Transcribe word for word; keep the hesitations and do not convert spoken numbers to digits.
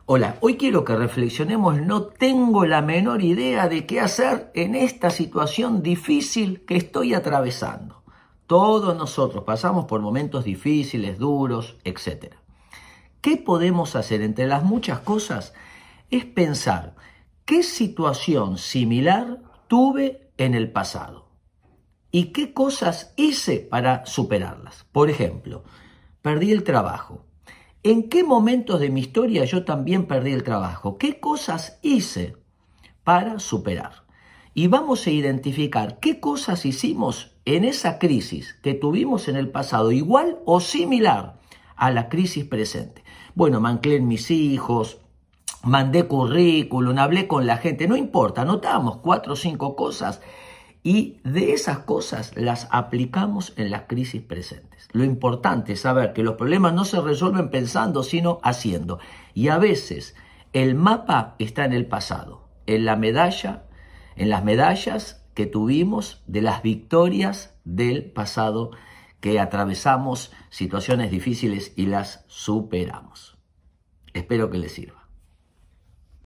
Hola, hoy quiero que reflexionemos, no tengo la menor idea de qué hacer en esta situación difícil que estoy atravesando. Todos nosotros pasamos por momentos difíciles, duros, etcétera. ¿Qué podemos hacer? Entre las muchas cosas es pensar qué situación similar tuve en el pasado y qué cosas hice para superarlas. Por ejemplo, perdí el trabajo. ¿En qué momentos de mi historia yo también perdí el trabajo? ¿Qué cosas hice para superar? Y vamos a identificar qué cosas hicimos en esa crisis que tuvimos en el pasado, igual o similar a la crisis presente. Bueno, me anclé en mis hijos, mandé currículum, hablé con la gente, no importa, anotamos cuatro o cinco cosas y de esas cosas las aplicamos en las crisis presentes. Lo importante es saber que los problemas no se resuelven pensando, sino haciendo. Y a veces el mapa está en el pasado, en la medalla, en las medallas que tuvimos de las victorias del pasado, que atravesamos situaciones difíciles y las superamos. Espero que les sirva.